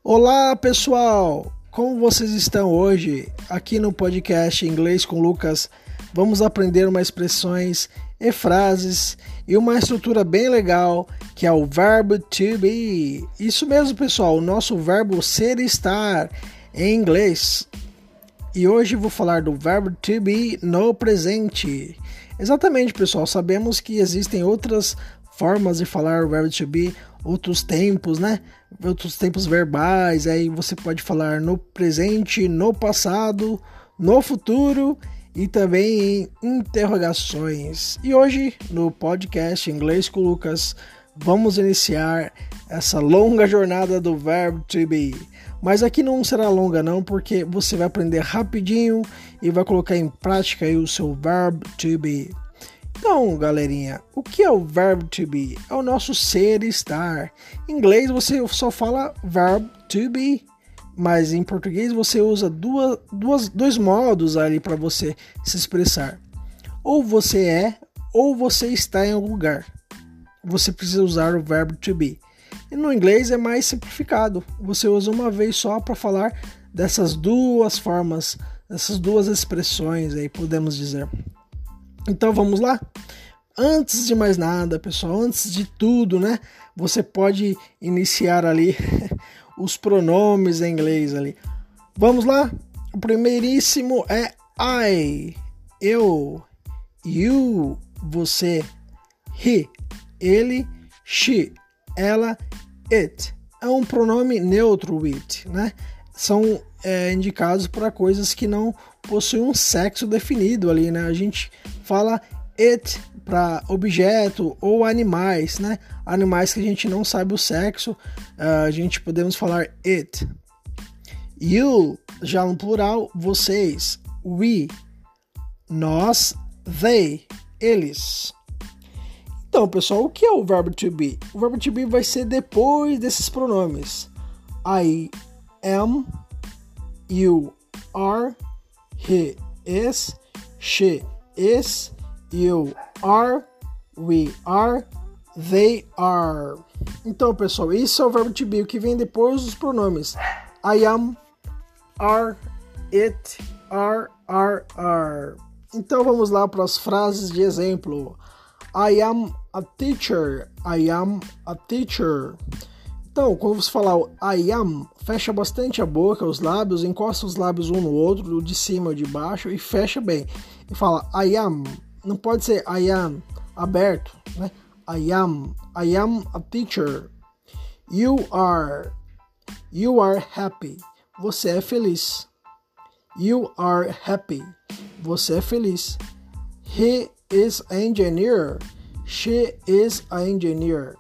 Olá, pessoal! Como vocês estão hoje? Aqui no podcast Inglês com Lucas, vamos aprender umas expressões e frases e uma estrutura bem legal, que é o verbo to be. Isso mesmo, pessoal, o nosso verbo ser e estar em inglês. E hoje vou falar do verbo to be no presente. Exatamente, pessoal, sabemos que existem outras formas de falar o verbo to be, outros tempos, né? Outros tempos verbais, aí você pode falar no presente, no passado, no futuro e também em interrogações. E hoje, no podcast Inglês com Lucas, vamos iniciar essa longa jornada do verbo to be. Mas aqui não será longa não, porque você vai aprender rapidinho e vai colocar em prática aí o seu verbo to be. Então, galerinha, o que é o verbo to be? É o nosso ser e estar. Em inglês você só fala verb to be, mas em português você usa dois modos ali para você se expressar. Ou você é, ou você está em algum lugar. Você precisa usar o verbo to be. E no inglês é mais simplificado. Você usa uma vez só para falar dessas duas formas, dessas duas expressões aí, podemos dizer. Então vamos lá? Antes de mais nada, pessoal, antes de tudo, né? Você pode iniciar ali os pronomes em inglês ali. Vamos lá? O primeiríssimo é I, eu, you, você, he, ele, she, ela, it. É um pronome neutro, it, né? São indicados para coisas que não possuem um sexo definido ali, né? A gente fala it para objeto ou animais, né? Animais que a gente não sabe o sexo, a gente podemos falar it. You, já no plural, vocês. We, nós, they, eles. Então, pessoal, o que é o verbo to be? O verbo to be vai ser depois desses pronomes. I am, you are, he is, she is, you are, we are, they are. Então, pessoal, isso é o verbo to be, o que vem depois dos pronomes. I am, are, it, are. Então, vamos lá para as frases de exemplo. I am a teacher. I am a teacher. Então, quando você falar o I am, fecha bastante a boca, os lábios, encosta os lábios um no outro, o de cima e o de baixo, e fecha bem. E fala I am. Não pode ser I am aberto, né? I am a teacher. You are happy. Você é feliz. You are happy. Você é feliz. He is an engineer. She is an engineer.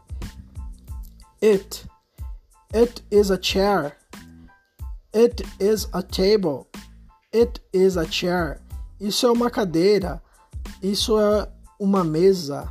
It is a chair. It is a table. It is a chair. Isso é uma cadeira. Isso é uma mesa.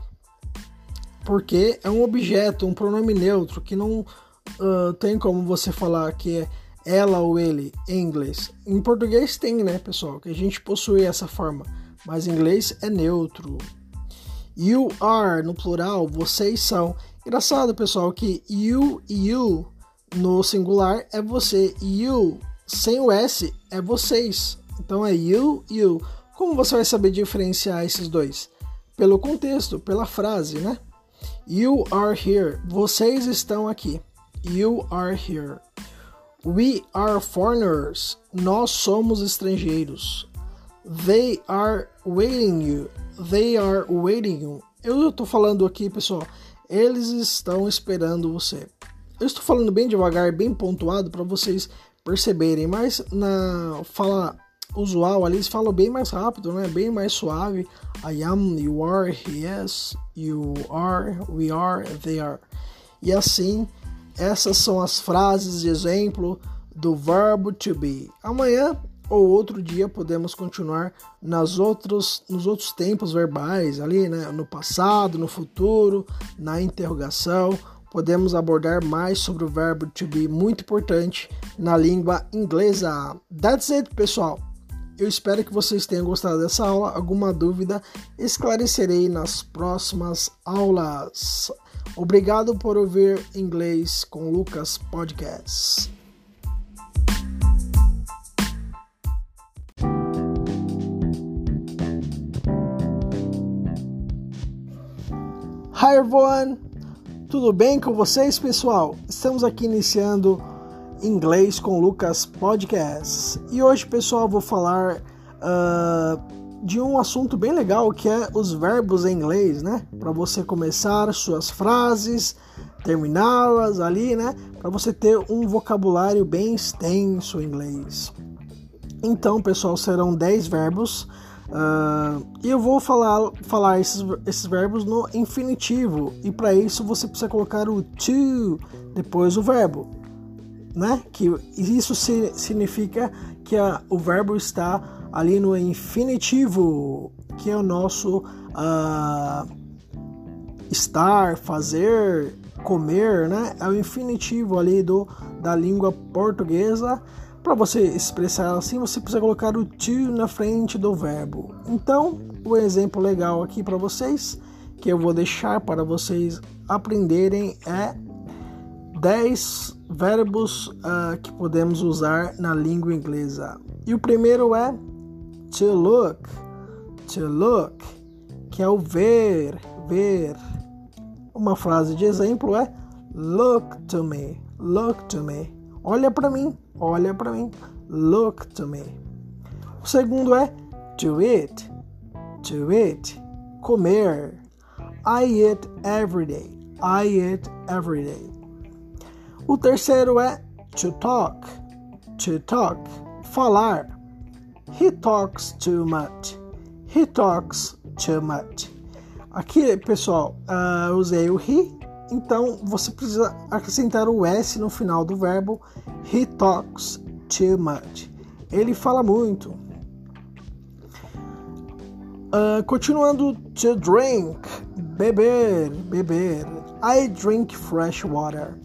Porque é um objeto, um pronome neutro, que não tem como você falar que é ela ou ele em inglês. Em português tem, né, pessoal? Que a gente possui essa forma. Mas em inglês é neutro. You are, no plural, vocês são. Engraçado, pessoal, que you e you no singular é você. You, sem o S, é vocês. Então é you. Como você vai saber diferenciar esses dois? Pelo contexto, pela frase, né? You are here. Vocês estão aqui. You are here. We are foreigners. Nós somos estrangeiros. They are waiting you. They are waiting you. Eu estou falando aqui, pessoal. Eles estão esperando você. Eu estou falando bem devagar, bem pontuado para vocês perceberem, mas na fala usual ali eles falam bem mais rápido, né? Bem mais suave. I am, you are, he is, you are, we are, they are. E assim, essas são as frases de exemplo do verbo to be. Amanhã ou outro dia podemos continuar nos outros tempos verbais ali, né? No passado, no futuro, na interrogação. Podemos abordar mais sobre o verbo to be, muito importante na língua inglesa. That's it, pessoal. Eu espero que vocês tenham gostado dessa aula. Alguma dúvida, esclarecerei nas próximas aulas. Obrigado por ouvir Inglês com Lucas Podcast. Hi everyone! Tudo bem com vocês, pessoal? Estamos aqui iniciando Inglês com Lucas Podcast. E hoje, pessoal, vou falar de um assunto bem legal, que é os verbos em inglês, né? Para você começar suas frases, terminá-las ali, né? Para você ter um vocabulário bem extenso em inglês. Então, pessoal, serão 10 verbos. E eu vou falar esses verbos no infinitivo, e para isso você precisa colocar o to depois do verbo, né? Que isso significa que o verbo está ali no infinitivo, que é o nosso estar, fazer, comer, né? É o infinitivo ali da língua portuguesa. Para você expressar assim, você precisa colocar o to na frente do verbo. Então, o exemplo legal aqui para vocês, que eu vou deixar para vocês aprenderem, é 10 verbos que podemos usar na língua inglesa. E o primeiro é to look, que é o ver. Uma frase de exemplo é look to me. Olha para mim, look to me. O segundo é to eat, comer. I eat every day. O terceiro é to talk, falar. He talks too much. Aqui, pessoal, eu usei o he. Então, você precisa acrescentar o S no final do verbo. He talks too much. Ele fala muito. Continuando, to drink, beber. I drink fresh water.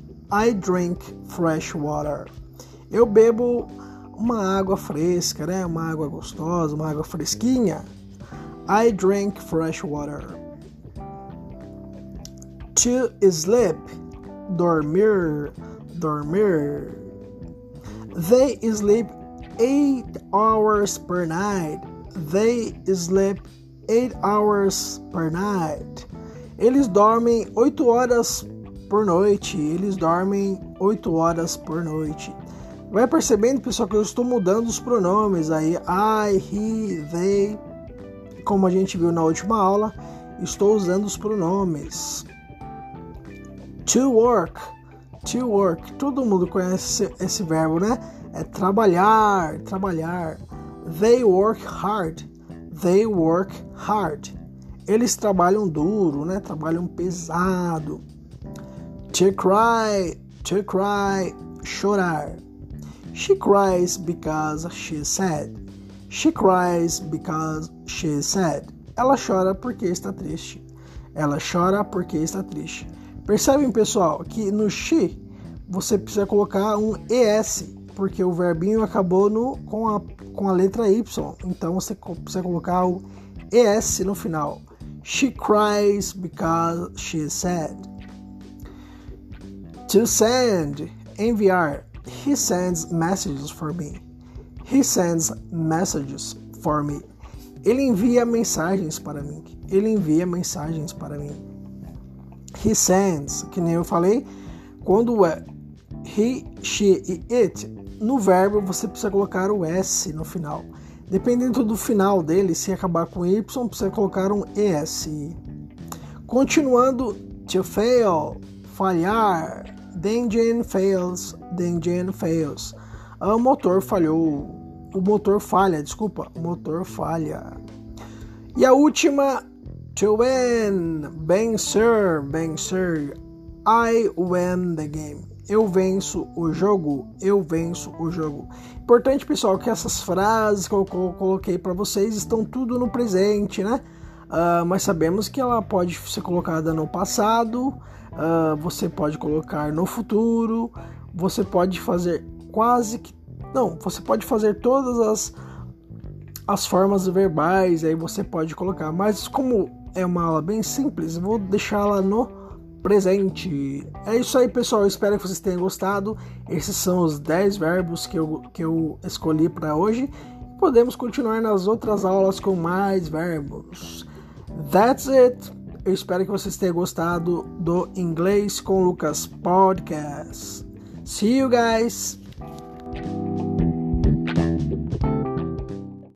Eu bebo uma água fresca, né? Uma água gostosa, uma água fresquinha. I drink fresh water. To sleep, dormir. They sleep 8 hours per night. Eles dormem 8 horas por noite. Vai percebendo, pessoal, que eu estou mudando os pronomes aí. I, he, they. Como a gente viu na última aula, estou usando os pronomes. To work. Todo mundo conhece esse verbo, né? É trabalhar. They work hard. Eles trabalham duro, né? Trabalham pesado. To cry. Chorar. She cries because she's sad. Ela chora porque está triste. Percebem, pessoal, que no she você precisa colocar um ES, porque o verbinho acabou com a letra Y. Então você precisa colocar o ES no final. She cries because she's sad. To send, enviar. He sends messages for me. Ele envia mensagens para mim. He sends, que nem eu falei, quando é he, she e it, no verbo você precisa colocar o S no final. Dependendo do final dele, se acabar com Y, precisa colocar um ES. Continuando, to fail, falhar. The engine fails. O motor falha. E a última, to win, vencer. I win the game. Eu venço o jogo. Importante, pessoal, que essas frases que eu coloquei para vocês estão tudo no presente, né? Mas sabemos que ela pode ser colocada no passado, você pode colocar no futuro, você pode fazer você pode fazer todas as formas verbais, aí você pode colocar, mas como é uma aula bem simples, eu vou deixá-la no presente. É isso aí, pessoal, eu espero que vocês tenham gostado. Esses são os 10 verbos que eu escolhi para hoje. Podemos continuar nas outras aulas com mais verbos. That's it. Eu espero que vocês tenham gostado do Inglês com Lucas Podcast. See you guys!